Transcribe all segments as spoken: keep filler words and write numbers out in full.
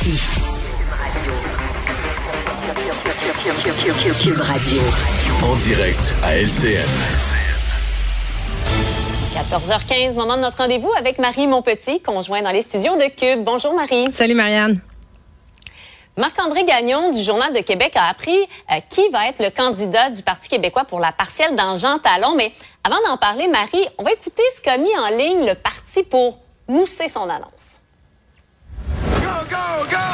Montpetit. Cube Radio. En direct à L C N. quatorze heures quinze, moment de notre rendez-vous avec Marie Montpetit, conjoint dans les studios de Cube. Bonjour Marie. Salut Marianne. Marc-André Gagnon du Journal de Québec a appris euh, qui va être le candidat du Parti québécois pour la partielle dans Jean Talon. Mais avant d'en parler, Marie, on va écouter ce qu'a mis en ligne le parti pour mousser son annonce. Go, go, go!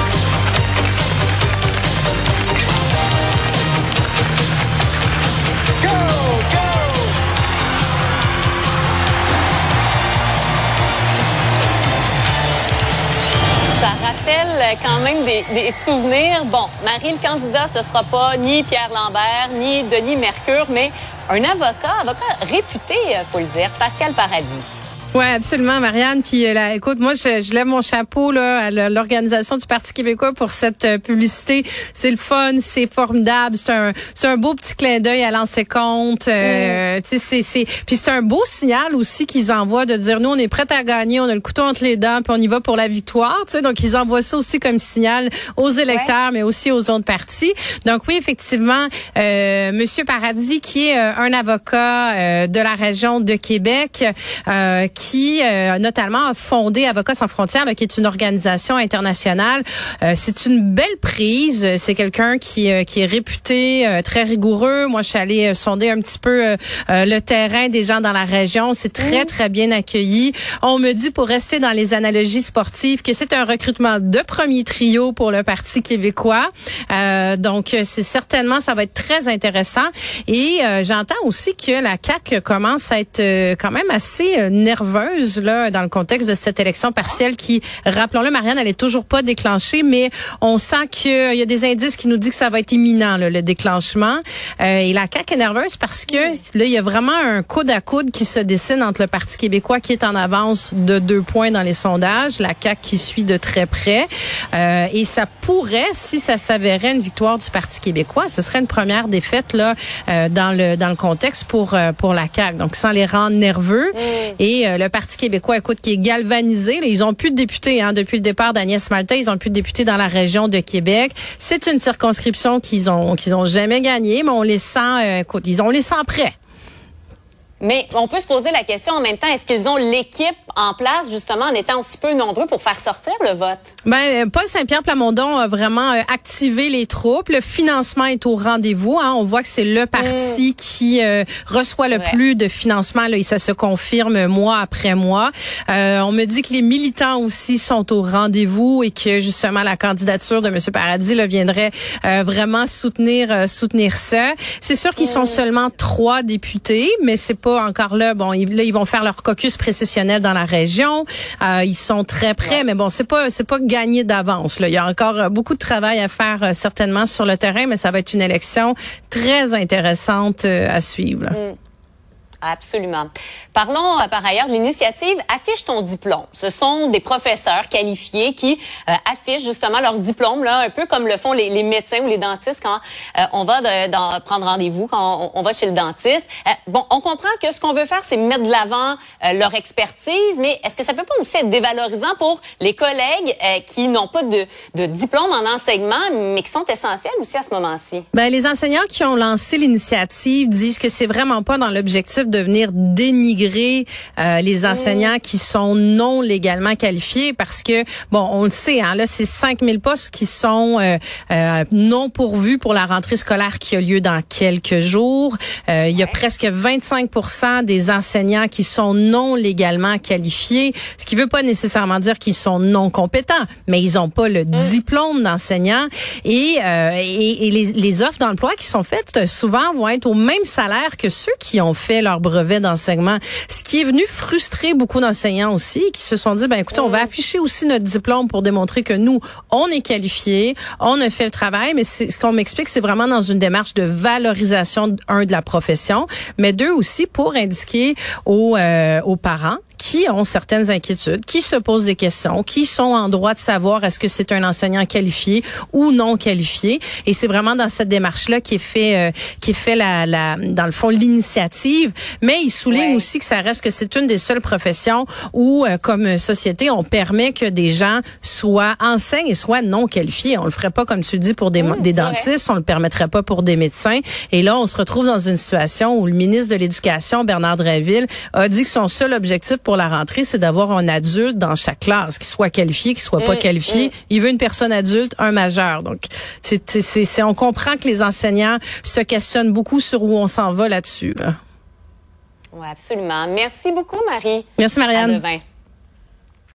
Ça rappelle quand même des, des souvenirs. Bon, Marie, le candidat, ce sera pas ni Pierre Lambert, ni Denis Mercure, mais un avocat, avocat réputé, faut le dire, Pascal Paradis. Ouais, absolument, Marianne. Puis euh, là, écoute, moi, je, je lève mon chapeau là à l'organisation du Parti québécois pour cette euh, publicité. C'est le fun, c'est formidable, c'est un, c'est un beau petit clin d'œil à lancer compte. Euh, mm. Tu sais, c'est, c'est, puis c'est un beau signal aussi qu'ils envoient de dire nous, on est prêts à gagner, on a le couteau entre les dents, puis on y va pour la victoire. Tu sais, donc ils envoient ça aussi comme signal aux électeurs, ouais. mais aussi aux autres partis. Donc oui, effectivement, euh, Monsieur Paradis, qui est euh, un avocat euh, de la région de Québec. Euh, qui euh, notamment a fondé Avocats sans frontières, là, qui est une organisation internationale. Euh, c'est une belle prise. C'est quelqu'un qui euh, qui est réputé, euh, très rigoureux. Moi, je suis allée euh, sonder un petit peu euh, euh, le terrain des gens dans la région. C'est très, très bien accueilli. On me dit, pour rester dans les analogies sportives, que c'est un recrutement de premier trio pour le Parti québécois. Euh, donc, c'est certainement, ça va être très intéressant. Et euh, j'entends aussi que la C A Q commence à être euh, quand même assez euh, nerveuse là dans le contexte de cette élection partielle qui, rappelons-le, Marianne, elle est toujours pas déclenchée, mais on sent qu'il y a des indices qui nous disent que ça va être imminent là, le déclenchement. Euh, et la C A Q est nerveuse parce que là, il y a vraiment un coude à coude qui se dessine entre le Parti québécois qui est en avance de deux points dans les sondages, la C A Q qui suit de très près. Euh, et ça pourrait, si ça s'avérait une victoire du Parti québécois, ce serait une première défaite là euh, dans le dans le contexte pour euh, pour la C A Q. Donc sans les rendre nerveux. Mm. Et euh, le Parti québécois, écoute, qui est galvanisé. Là, ils ont plus de députés hein, depuis le départ d'Agnès Maltais. Ils ont plus de députés dans la région de Québec. C'est une circonscription qu'ils ont qu'ils ont jamais gagnée, mais on les sent, euh, écoute, ils ont les sent prêts. Mais on peut se poser la question en même temps, est-ce qu'ils ont l'équipe en place, justement, en étant aussi peu nombreux pour faire sortir le vote? Ben, Paul Saint-Pierre Plamondon a vraiment euh, activé les troupes. Le financement est au rendez-vous. Hein. On voit que c'est le parti mmh. qui euh, reçoit le ouais. plus de financement. Là, et ça se confirme mois après mois. Euh, on me dit que les militants aussi sont au rendez-vous et que, justement, la candidature de M. Paradis là, viendrait euh, vraiment soutenir euh, soutenir ça. C'est sûr qu'ils mmh. sont seulement trois députés, mais c'est pas encore là. Bon, ils, là, ils vont faire leur caucus précessionnel dans la région. Euh, ils sont très près, ouais. mais bon, c'est pas c'est pas gagné d'avance. Là, il y a encore beaucoup de travail à faire euh, certainement sur le terrain, mais ça va être une élection très intéressante euh, à suivre. Là. Mm. Absolument. Parlons euh, par ailleurs de l'initiative Affiche ton diplôme. Ce sont des professeurs qualifiés qui euh, affichent justement leur diplôme, là, un peu comme le font les, les médecins ou les dentistes quand euh, on va de, dans, prendre rendez-vous, quand on, on va chez le dentiste. Euh, bon, on comprend que ce qu'on veut faire, c'est mettre de l'avant euh, leur expertise, mais est-ce que ça peut pas aussi être dévalorisant pour les collègues euh, qui n'ont pas de, de diplôme en enseignement, mais qui sont essentiels aussi à ce moment-ci? Ben, les enseignants qui ont lancé l'initiative disent que c'est vraiment pas dans l'objectif de venir dénigrer euh, les enseignants mmh. qui sont non légalement qualifiés parce que, bon, on le sait, hein, là, c'est cinq mille postes qui sont euh, euh, non pourvus pour la rentrée scolaire qui a lieu dans quelques jours. Euh, il y a presque vingt-cinq pour cent des enseignants qui sont non légalement qualifiés, ce qui veut pas nécessairement dire qu'ils sont non compétents, mais ils ont pas le mmh. diplôme d'enseignant. Et, euh, et, et les, les offres d'emploi qui sont faites souvent vont être au même salaire que ceux qui ont fait leur brevet d'enseignement, ce qui est venu frustrer beaucoup d'enseignants aussi, qui se sont dit, ben écoutez, on va afficher aussi notre diplôme pour démontrer que nous, on est qualifiés, on a fait le travail, mais c'est, ce qu'on m'explique, c'est vraiment dans une démarche de valorisation, un, de la profession, mais deux aussi pour indiquer aux, euh, aux parents qui ont certaines inquiétudes, qui se posent des questions, qui sont en droit de savoir est-ce que c'est un enseignant qualifié ou non qualifié. Et c'est vraiment dans cette démarche-là qui est fait, euh, qui est fait la, la, dans le fond, l'initiative. Mais il souligne ouais. aussi que ça reste que c'est une des seules professions où, euh, comme société, on permet que des gens soient enseignent et soient non qualifiés. On le ferait pas, comme tu le dis, pour des, mmh, des dentistes. Vrai. On le permettrait pas pour des médecins. Et là, on se retrouve dans une situation où le ministre de l'Éducation, Bernard Drinville, a dit que son seul objectif pour la rentrée, c'est d'avoir un adulte dans chaque classe, qui soit qualifié, qui soit mmh, pas qualifié. Mmh. Il veut une personne adulte, un majeur. Donc, c'est, c'est, c'est, on comprend que les enseignants se questionnent beaucoup sur où on s'en va là-dessus. Là. Oui, absolument. Merci beaucoup, Marie. Merci, Marianne. À demain.